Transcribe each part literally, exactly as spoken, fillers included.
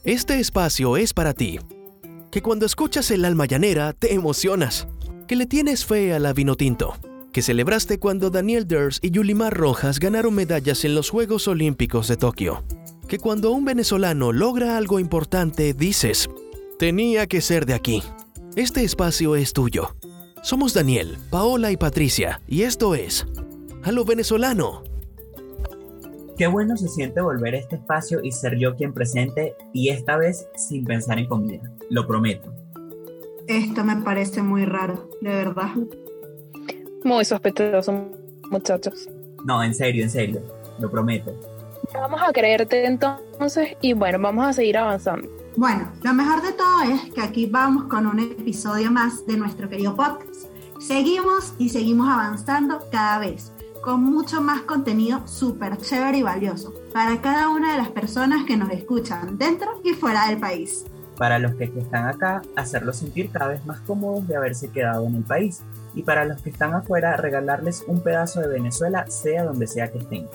Este espacio es para ti, que cuando escuchas el alma llanera te emocionas, que le tienes fe a la Vinotinto, que celebraste cuando Daniel Ders y Yulimar Rojas ganaron medallas en los Juegos Olímpicos de Tokio, que cuando un venezolano logra algo importante dices, tenía que ser de aquí. Este espacio es tuyo. Somos Daniel, Paola y Patricia, y esto es A lo Venezolano. Qué bueno se siente volver a este espacio y ser yo quien presente, y esta vez sin pensar en comida, lo prometo. Esto me parece muy raro, de verdad. Muy sospechoso, muchachos. No, en serio, en serio, lo prometo. Vamos a creerte entonces y bueno, vamos a seguir avanzando. Bueno, lo mejor de todo es que aquí vamos con un episodio más de nuestro querido podcast. Seguimos y seguimos avanzando cada vez, con mucho más contenido súper chévere y valioso para cada una de las personas que nos escuchan dentro y fuera del país. Para los que están acá, hacerlos sentir cada vez más cómodos de haberse quedado en el país. Y para los que están afuera, regalarles un pedazo de Venezuela, sea donde sea que estén.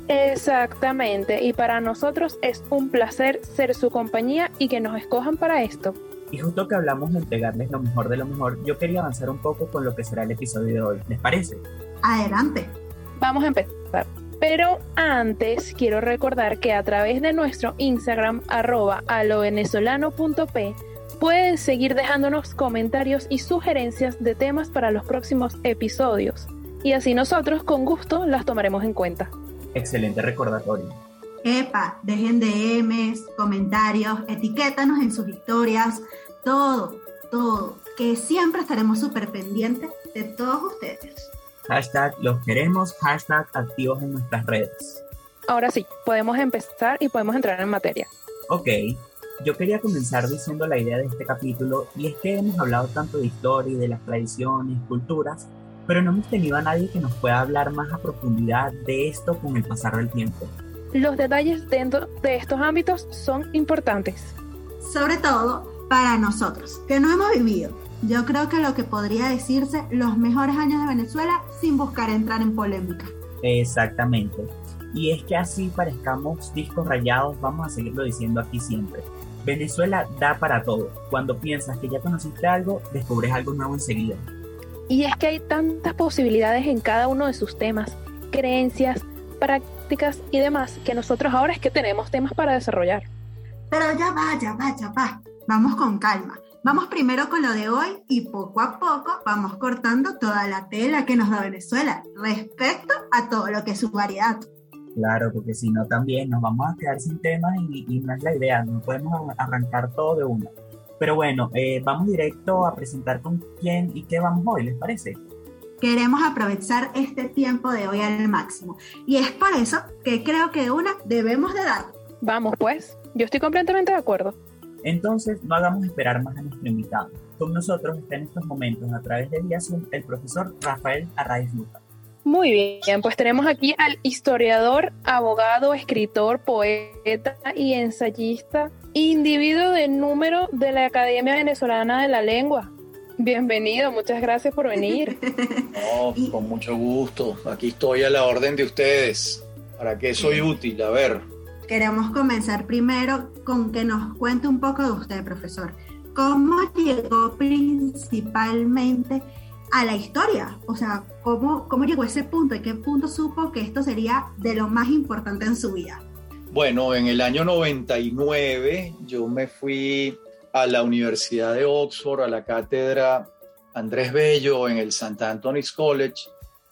Exactamente, y para nosotros es un placer ser su compañía y que nos escojan para esto. Y justo que hablamos de entregarles lo mejor de lo mejor, yo quería avanzar un poco con lo que será el episodio de hoy. ¿Les parece? Adelante. Vamos a empezar. Pero antes quiero recordar que a través de nuestro Instagram, arroba alovenezolano punto p, pueden seguir dejándonos comentarios y sugerencias de temas para los próximos episodios. Y así nosotros con gusto las tomaremos en cuenta. Excelente recordatorio. Epa, dejen D Ms, comentarios, etiquétanos en sus historias, todo, todo, que siempre estaremos súper pendientes de todos ustedes. Hashtag los queremos, hashtag activos en nuestras redes. Ahora sí, podemos empezar y podemos entrar en materia. Ok, yo quería comenzar diciendo la idea de este capítulo, y es que hemos hablado tanto de historia y de las tradiciones, culturas, pero no hemos tenido a nadie que nos pueda hablar más a profundidad de esto con el pasar del tiempo. Los detalles dentro de estos ámbitos son importantes. Sobre todo para nosotros, que no hemos vivido. Yo creo que lo que podría decirse los mejores años de Venezuela sin buscar entrar en polémica. Exactamente. Y es que así parezcamos discos rayados, vamos a seguirlo diciendo aquí siempre. Venezuela da para todo. Cuando piensas que ya conociste algo, descubres algo nuevo enseguida. Y es que hay tantas posibilidades en cada uno de sus temas, creencias, prácticas y demás, que nosotros ahora es que tenemos temas para desarrollar. Pero ya va, ya va, ya va. Vamos con calma. Vamos primero con lo de hoy y poco a poco vamos cortando toda la tela que nos da Venezuela respecto a todo lo que es su variedad. Claro, porque si no también nos vamos a quedar sin temas y, y no es la idea, no podemos arrancar todo de una. Pero bueno, eh, vamos directo a presentar con quién y qué vamos hoy, ¿les parece? Queremos aprovechar este tiempo de hoy al máximo y es por eso que creo que de una debemos de dar. Vamos pues, yo estoy completamente de acuerdo. Entonces, no hagamos esperar más a nuestro invitado. Con nosotros está en estos momentos, a través de vía Zoom, el profesor Rafael Arraiz Luca. Muy bien, pues tenemos aquí al historiador, abogado, escritor, poeta y ensayista, individuo de número de la Academia Venezolana de la Lengua. Bienvenido, muchas gracias por venir. No, con mucho gusto. Aquí estoy a la orden de ustedes. ¿Para qué soy útil? A ver. Queremos comenzar primero con que nos cuente un poco de usted, profesor. ¿Cómo llegó principalmente a la historia? O sea, ¿cómo, cómo llegó a ese punto? ¿En qué punto supo que esto sería de lo más importante en su vida? Bueno, en el año noventa y nueve yo me fui a la Universidad de Oxford, a la cátedra Andrés Bello en el Saint Anthony's College,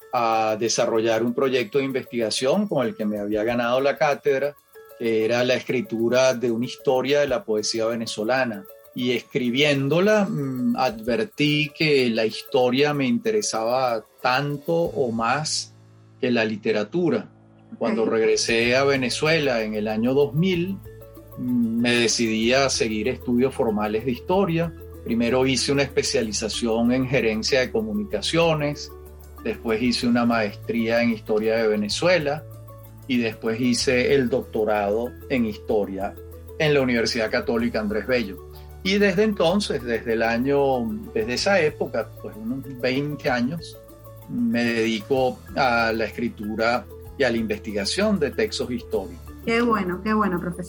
a desarrollar un proyecto de investigación con el que me había ganado la cátedra, que era la escritura de una historia de la poesía venezolana. Y escribiéndola, mmm, advertí que la historia me interesaba tanto o más que la literatura. Cuando regresé a Venezuela en el año dos mil, mmm, me decidí a seguir estudios formales de historia. Primero hice una especialización en gerencia de comunicaciones, después hice una maestría en historia de Venezuela, y después hice el doctorado en historia en la Universidad Católica Andrés Bello. Y desde entonces, desde el año, desde esa época, pues unos veinte años, me dedico a la escritura y a la investigación de textos históricos. Qué bueno, qué bueno, profesor.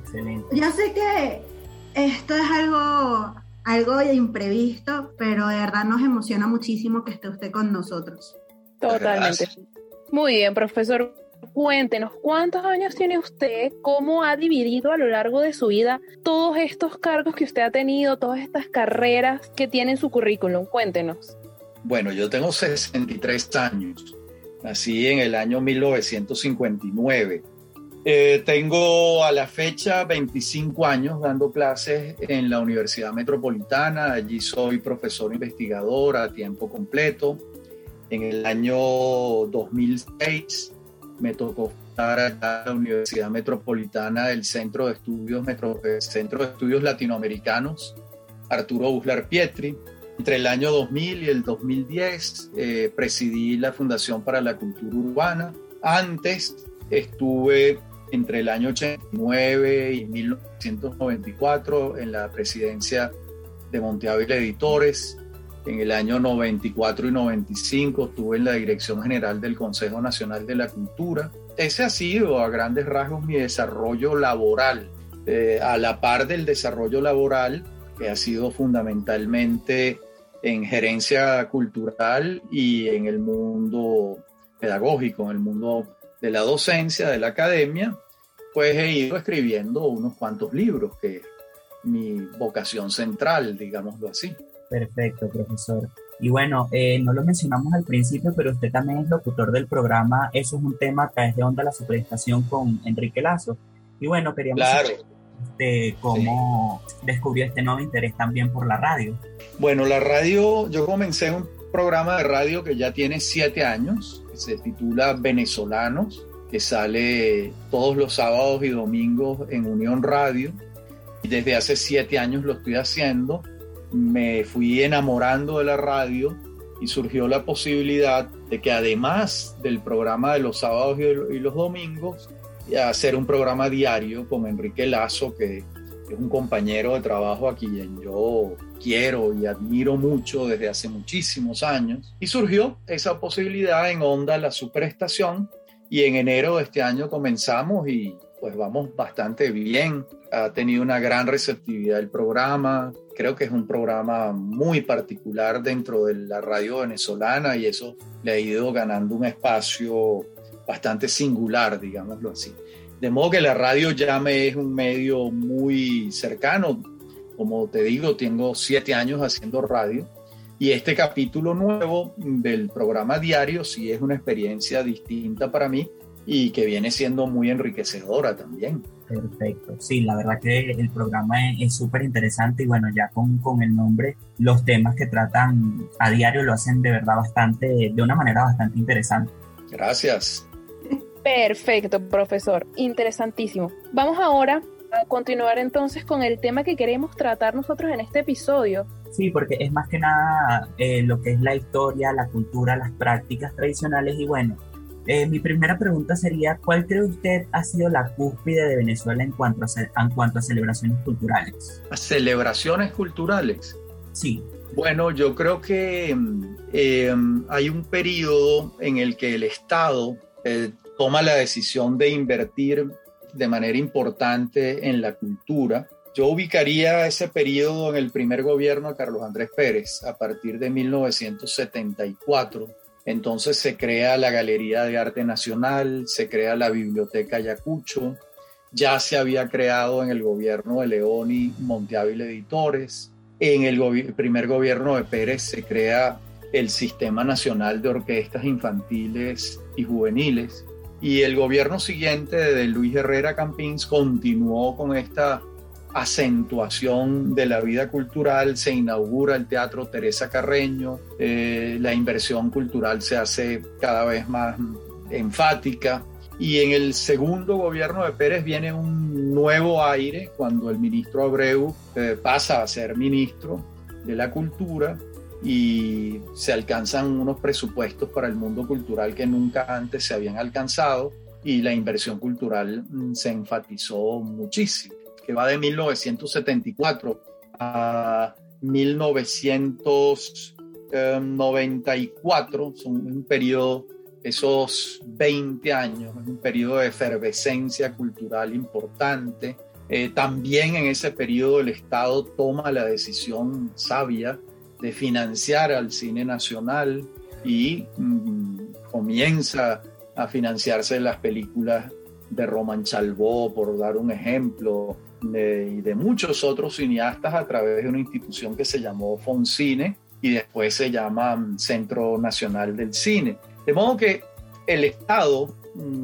Excelente. Yo sé que esto es algo, algo imprevisto, pero de verdad nos emociona muchísimo que esté usted con nosotros. Totalmente. Gracias. Muy bien, profesor. Cuéntenos, ¿cuántos años tiene usted? ¿Cómo ha dividido a lo largo de su vida todos estos cargos que usted ha tenido, todas estas carreras que tiene en su currículum? Cuéntenos. Bueno, yo tengo sesenta y tres años. Nací en el año mil novecientos cincuenta y nueve. Eh, tengo a la fecha veinticinco años dando clases en la Universidad Metropolitana. Allí soy profesor investigador a tiempo completo. En el año dos mil seis me tocó fundar a la Universidad Metropolitana el Centro de Estudios, Metro, Centro de Estudios Latinoamericanos Arturo Uslar Pietri. Entre el año dos mil y el dos mil diez eh, presidí la Fundación para la Cultura Urbana. Antes estuve entre el año ochenta y nueve y mil novecientos noventa y cuatro en la presidencia de Monte Ávila Editores. En el año noventa y cuatro y noventa y cinco estuve en la Dirección General del Consejo Nacional de la Cultura. Ese ha sido a grandes rasgos mi desarrollo laboral, eh, a la par del desarrollo laboral que ha sido fundamentalmente en gerencia cultural y en el mundo pedagógico, en el mundo de la docencia, de la academia, pues he ido escribiendo unos cuantos libros, que es mi vocación central, digámoslo así. Perfecto, profesor. Y bueno, eh, no lo mencionamos al principio, pero usted también es locutor del programa Eso es un tema a través de Onda la Superestación con Enrique Lazo. Y bueno, queríamos Claro. saber este, cómo sí. descubrió este nuevo interés también por la radio. Bueno, la radio, yo comencé un programa de radio que ya tiene siete años, que se titula Venezolanos, que sale todos los sábados y domingos en Unión Radio. Y desde hace siete años lo estoy haciendo. Me fui enamorando de la radio y surgió la posibilidad de que además del programa de los sábados y los domingos, hacer un programa diario con Enrique Lazo, que es un compañero de trabajo a quien yo quiero y admiro mucho desde hace muchísimos años. Y surgió esa posibilidad en Onda La Superestación y en enero de este año comenzamos y pues vamos bastante bien. Ha tenido una gran receptividad el programa. Creo que es un programa muy particular dentro de la radio venezolana y eso le ha ido ganando un espacio bastante singular, digámoslo así. De modo que la radio ya me es un medio muy cercano. Como te digo, tengo siete años haciendo radio y este capítulo nuevo del programa diario sí es una experiencia distinta para mí y que viene siendo muy enriquecedora también. Perfecto, sí, la verdad que el programa es súper interesante y bueno, ya con, con el nombre, los temas que tratan a diario lo hacen de verdad bastante, de una manera bastante interesante. Gracias. Perfecto, profesor, interesantísimo. Vamos ahora a continuar entonces con el tema que queremos tratar nosotros en este episodio. Sí, porque es más que nada eh, lo que es la historia, la cultura, las prácticas tradicionales y bueno, Eh, mi primera pregunta sería, ¿cuál cree usted ha sido la cúspide de Venezuela en cuanto a, en cuanto a celebraciones culturales? ¿A celebraciones culturales? Sí. Bueno, yo creo que eh, hay un periodo en el que el Estado eh, toma la decisión de invertir de manera importante en la cultura. Yo ubicaría ese periodo en el primer gobierno de Carlos Andrés Pérez, a partir de mil novecientos setenta y cuatro. Entonces se crea la Galería de Arte Nacional, se crea la Biblioteca Ayacucho, ya se había creado en el gobierno de León y Monte Ávila Editores. En el gobi- primer gobierno de Pérez se crea el Sistema Nacional de Orquestas Infantiles y Juveniles. Y el gobierno siguiente de Luis Herrera Campins continuó con esta acentuación de la vida cultural, se inaugura el Teatro Teresa Carreño, eh, la inversión cultural se hace cada vez más enfática y en el segundo gobierno de Pérez viene un nuevo aire cuando el ministro Abreu eh, pasa a ser ministro de la Cultura y se alcanzan unos presupuestos para el mundo cultural que nunca antes se habían alcanzado y la inversión cultural mm, se enfatizó muchísimo, que va de mil novecientos setenta y cuatro a mil novecientos noventa y cuatro, son un periodo, esos veinte años, es un periodo de efervescencia cultural importante. Eh, también en ese periodo el Estado toma la decisión sabia de financiar al cine nacional y mmm, comienza a financiarse las películas de Roman Chalbaud, por dar un ejemplo, de, y de muchos otros cineastas a través de una institución que se llamó Foncine y después se llama Centro Nacional del Cine. De modo que el Estado,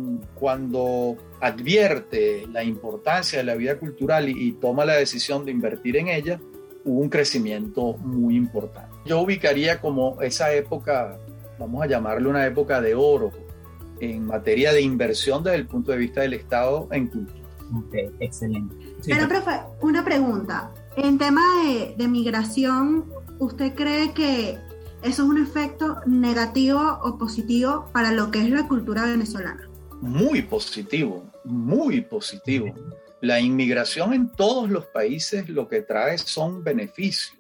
cuando advierte la importancia de la vida cultural y, y toma la decisión de invertir en ella, hubo un crecimiento muy importante. Yo ubicaría como esa época, vamos a llamarle una época de oro, en materia de inversión desde el punto de vista del Estado en cultura. Ok, excelente. Sí, pero, profe, una pregunta. En tema de, de migración, ¿usted cree que eso es un efecto negativo o positivo para lo que es la cultura venezolana? Muy positivo, muy positivo. La inmigración en todos los países lo que trae son beneficios,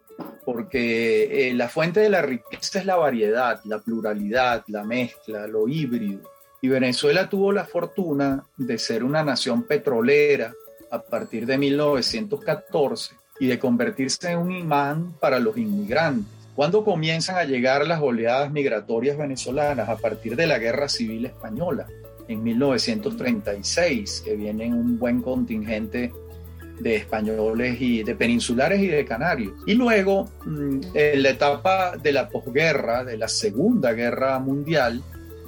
porque eh, la fuente de la riqueza es la variedad, la pluralidad, la mezcla, lo híbrido. Y Venezuela tuvo la fortuna de ser una nación petrolera a partir de mil novecientos catorce y de convertirse en un imán para los inmigrantes. ¿Cuándo comienzan a llegar las oleadas migratorias venezolanas? A partir de la Guerra Civil Española, en mil novecientos treinta y seis, que viene un buen contingente de españoles y de peninsulares y de canarios. Y luego, en la etapa de la posguerra, de la Segunda Guerra Mundial,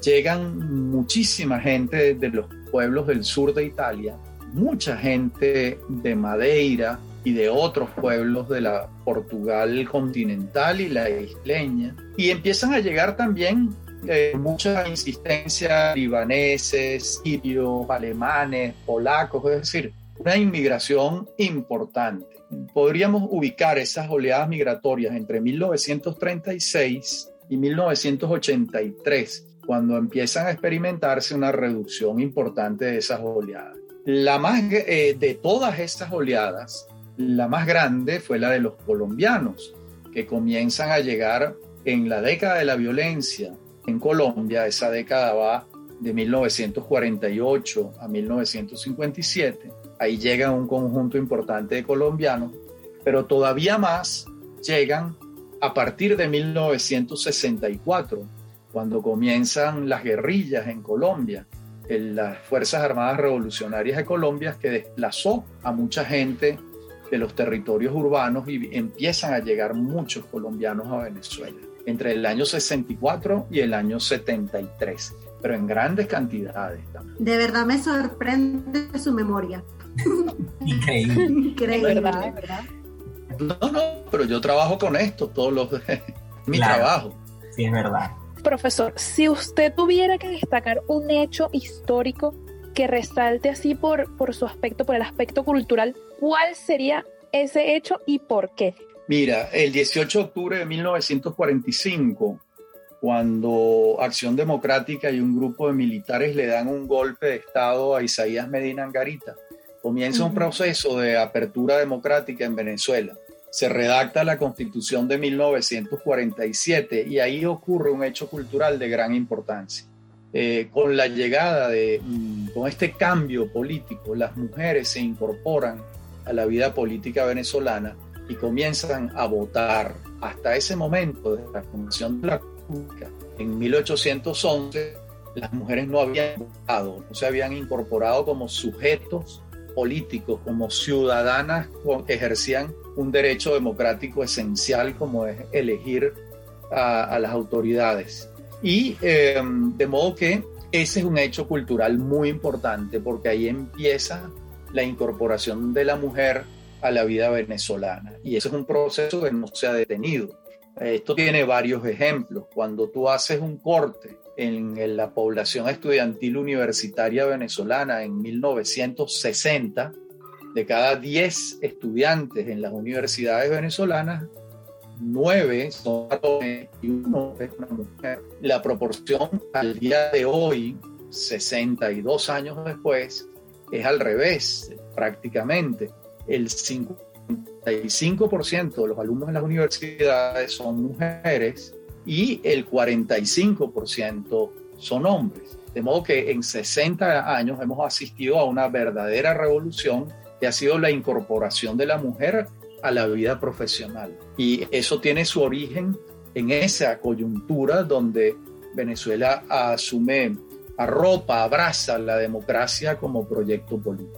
llegan muchísima gente de los pueblos del sur de Italia, mucha gente de Madeira y de otros pueblos de la Portugal continental y la isleña, y empiezan a llegar también eh, mucha insistencia libaneses, sirios, alemanes, polacos, es decir, una inmigración importante. Podríamos ubicar esas oleadas migratorias entre mil novecientos treinta y seis y mil novecientos ochenta y tres, cuando empiezan a experimentarse una reducción importante de esas oleadas. La más, eh, de todas estas oleadas, la más grande fue la de los colombianos, que comienzan a llegar en la década de la violencia en Colombia. Esa década va de mil novecientos cuarenta y ocho a mil novecientos cincuenta y siete. Ahí llega un conjunto importante de colombianos, pero todavía más llegan a partir de mil novecientos sesenta y cuatro, cuando comienzan las guerrillas en Colombia, en las Fuerzas Armadas Revolucionarias de Colombia, que desplazó a mucha gente de los territorios urbanos y empiezan a llegar muchos colombianos a Venezuela, entre el año sesenta y cuatro y el año setenta y tres, pero en grandes cantidades también. De verdad me sorprende su memoria. Increíble. Increíble. Es verdad, es verdad. No, no, pero yo trabajo con esto, todos los mi Claro. trabajo. Sí, es verdad. Profesor, si usted tuviera que destacar un hecho histórico que resalte así por, por su aspecto, por el aspecto cultural, ¿cuál sería ese hecho y por qué? Mira, el dieciocho de octubre de mil novecientos cuarenta y cinco, cuando Acción Democrática y un grupo de militares le dan un golpe de Estado a Isaías Medina Angarita, comienza un proceso de apertura democrática en Venezuela. Se redacta la Constitución de mil novecientos cuarenta y siete y ahí ocurre un hecho cultural de gran importancia. Eh, con la llegada de, con este cambio político, las mujeres se incorporan a la vida política venezolana y comienzan a votar. Hasta ese momento de la fundación de la República, en mil ochocientos once, las mujeres no habían votado, no se habían incorporado como sujetos políticos, como ciudadanas que ejercían un derecho democrático esencial como es elegir a, a las autoridades. Y eh, de modo que ese es un hecho cultural muy importante porque ahí empieza la incorporación de la mujer a la vida venezolana y ese es un proceso que no se ha detenido. Esto tiene varios ejemplos. Cuando tú haces un corte en, en la población estudiantil universitaria venezolana en mil novecientos sesenta, de cada diez estudiantes en las universidades venezolanas, nueve son varones y uno es una mujer. La proporción al día de hoy, sesenta y dos años después, es al revés, prácticamente. El cincuenta y cinco por ciento de los alumnos en las universidades son mujeres y el cuarenta y cinco por ciento son hombres. De modo que en sesenta años hemos asistido a una verdadera revolución que ha sido la incorporación de la mujer a la vida profesional. Y eso tiene su origen en esa coyuntura donde Venezuela asume, arropa, abraza la democracia como proyecto político.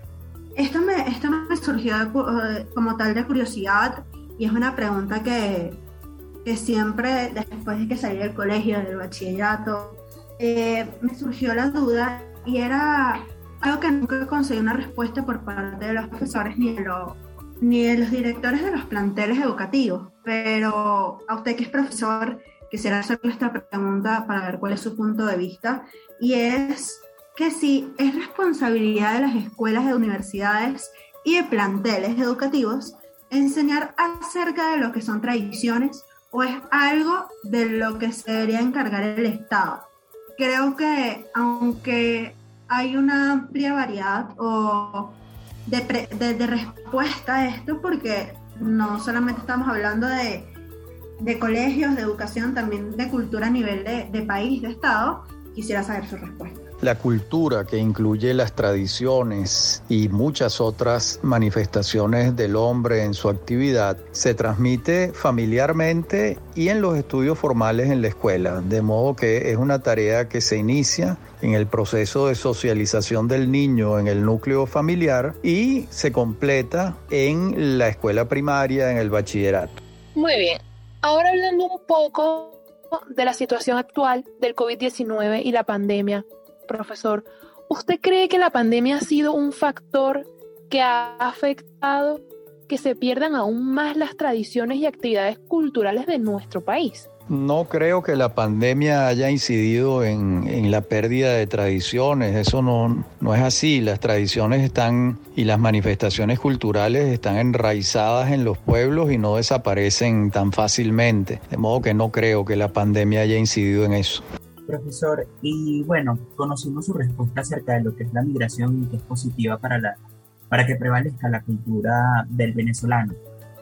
Esto me, esto me surgió de, como tal de curiosidad, y es una pregunta que, que siempre, después de que salí del colegio, del bachillerato, eh, me surgió la duda, y era algo que nunca conseguí una respuesta por parte de los profesores ni de, lo, ni de los directores de los planteles educativos. Pero a usted, que es profesor, quisiera hacerle esta pregunta para ver cuál es su punto de vista, y es que si es responsabilidad de las escuelas de universidades y de planteles educativos enseñar acerca de lo que son tradiciones, o es algo de lo que se debería encargar el Estado. Creo que aunque hay una amplia variedad o de, pre, de, de respuesta a esto, porque no solamente estamos hablando de, de colegios, de educación, también de cultura a nivel de, de país, de Estado, quisiera saber su respuesta. La cultura, que incluye las tradiciones y muchas otras manifestaciones del hombre en su actividad, se transmite familiarmente y en los estudios formales en la escuela, de modo que es una tarea que se inicia en el proceso de socialización del niño en el núcleo familiar y se completa en la escuela primaria, en el bachillerato. Muy bien, ahora hablando un poco de la situación actual del covid diecinueve y la pandemia. Profesor, ¿usted cree que la pandemia ha sido un factor que ha afectado que se pierdan aún más las tradiciones y actividades culturales de nuestro país? No creo que la pandemia haya incidido en, en la pérdida de tradiciones. Eso no, no es así. Las tradiciones están y las manifestaciones culturales están enraizadas en los pueblos y no desaparecen tan fácilmente. De modo que no creo que la pandemia haya incidido en eso. Profesor, y bueno, conocimos su respuesta acerca de lo que es la migración y que es positiva para, la, para que prevalezca la cultura del venezolano.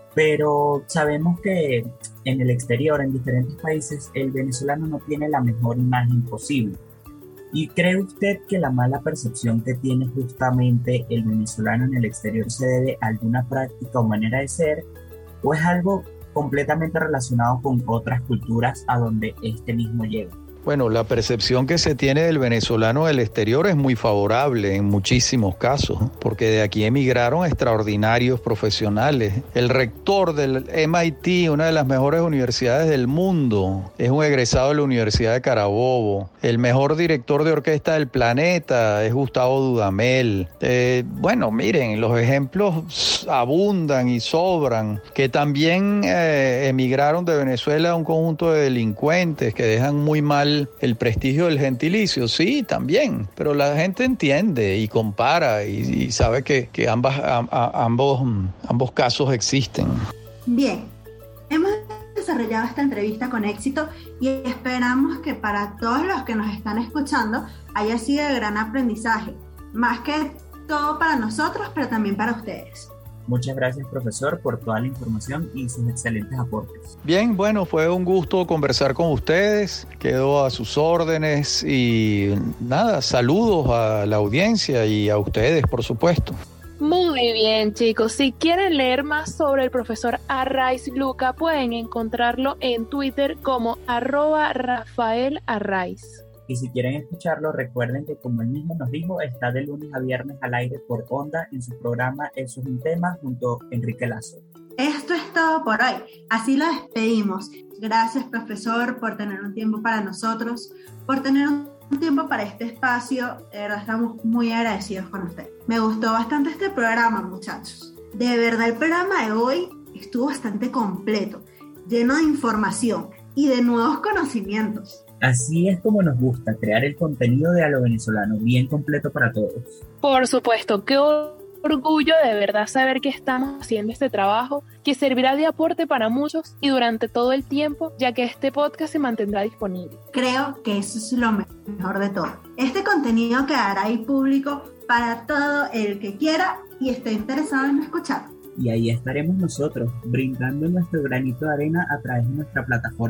Pero sabemos que en el exterior, en diferentes países, el venezolano no tiene la mejor imagen posible. ¿Y cree usted que la mala percepción que tiene justamente el venezolano en el exterior se debe a alguna práctica o manera de ser, o es algo completamente relacionado con otras culturas a donde este mismo llega? Bueno, la percepción que se tiene del venezolano del exterior es muy favorable en muchísimos casos, porque de aquí emigraron extraordinarios profesionales. El rector del M I T, una de las mejores universidades del mundo, es un egresado de la Universidad de Carabobo. El mejor director de orquesta del planeta es Gustavo Dudamel. Eh, bueno, miren, los ejemplos abundan y sobran, que también eh, emigraron de Venezuela a un conjunto de delincuentes que dejan muy mal el prestigio del gentilicio, sí, también, pero la gente entiende y compara y, y sabe que, que ambas, a, a, ambos, ambos casos existen. Bien, hemos desarrollado esta entrevista con éxito y esperamos que para todos los que nos están escuchando haya sido de gran aprendizaje, más que todo para nosotros, pero también para ustedes. Muchas gracias, profesor, por toda la información y sus excelentes aportes. Bien, bueno, fue un gusto conversar con ustedes. Quedo a sus órdenes y nada, saludos a la audiencia y a ustedes, por supuesto. Muy bien, chicos. Si quieren leer más sobre el profesor Arraiz Luca, pueden encontrarlo en Twitter como arroba Rafael Arraiz. Y si quieren escucharlo, recuerden que, como él mismo nos dijo, está de lunes a viernes al aire por Onda en su programa Eso es un tema junto a Enrique Lazo. Esto es todo por hoy. Así lo despedimos. Gracias, profesor, por tener un tiempo para nosotros, por tener un tiempo para este espacio. De verdad, estamos muy agradecidos con usted. Me gustó bastante este programa, muchachos. De verdad, el programa de hoy estuvo bastante completo, lleno de información y de nuevos conocimientos. Así es como nos gusta, crear el contenido de A lo Venezolano, bien completo para todos. Por supuesto, qué orgullo de verdad saber que estamos haciendo este trabajo, que servirá de aporte para muchos y durante todo el tiempo, ya que este podcast se mantendrá disponible. Creo que eso es lo mejor de todo. Este contenido quedará ahí público para todo el que quiera y esté interesado en escuchar. Y ahí estaremos nosotros, brindando nuestro granito de arena a través de nuestra plataforma.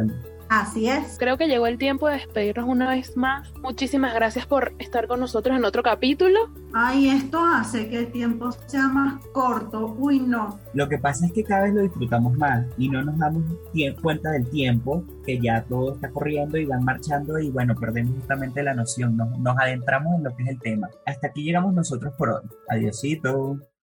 Así es. Creo que llegó el tiempo de despedirnos una vez más. Muchísimas gracias por estar con nosotros en otro capítulo. Ay, esto hace que el tiempo sea más corto. Uy, no. Lo que pasa es que cada vez lo disfrutamos más y no nos damos tie- cuenta del tiempo, que ya todo está corriendo y van marchando y bueno, perdemos justamente la noción, nos, nos adentramos en lo que es el tema. Hasta aquí llegamos nosotros por hoy. Adiosito.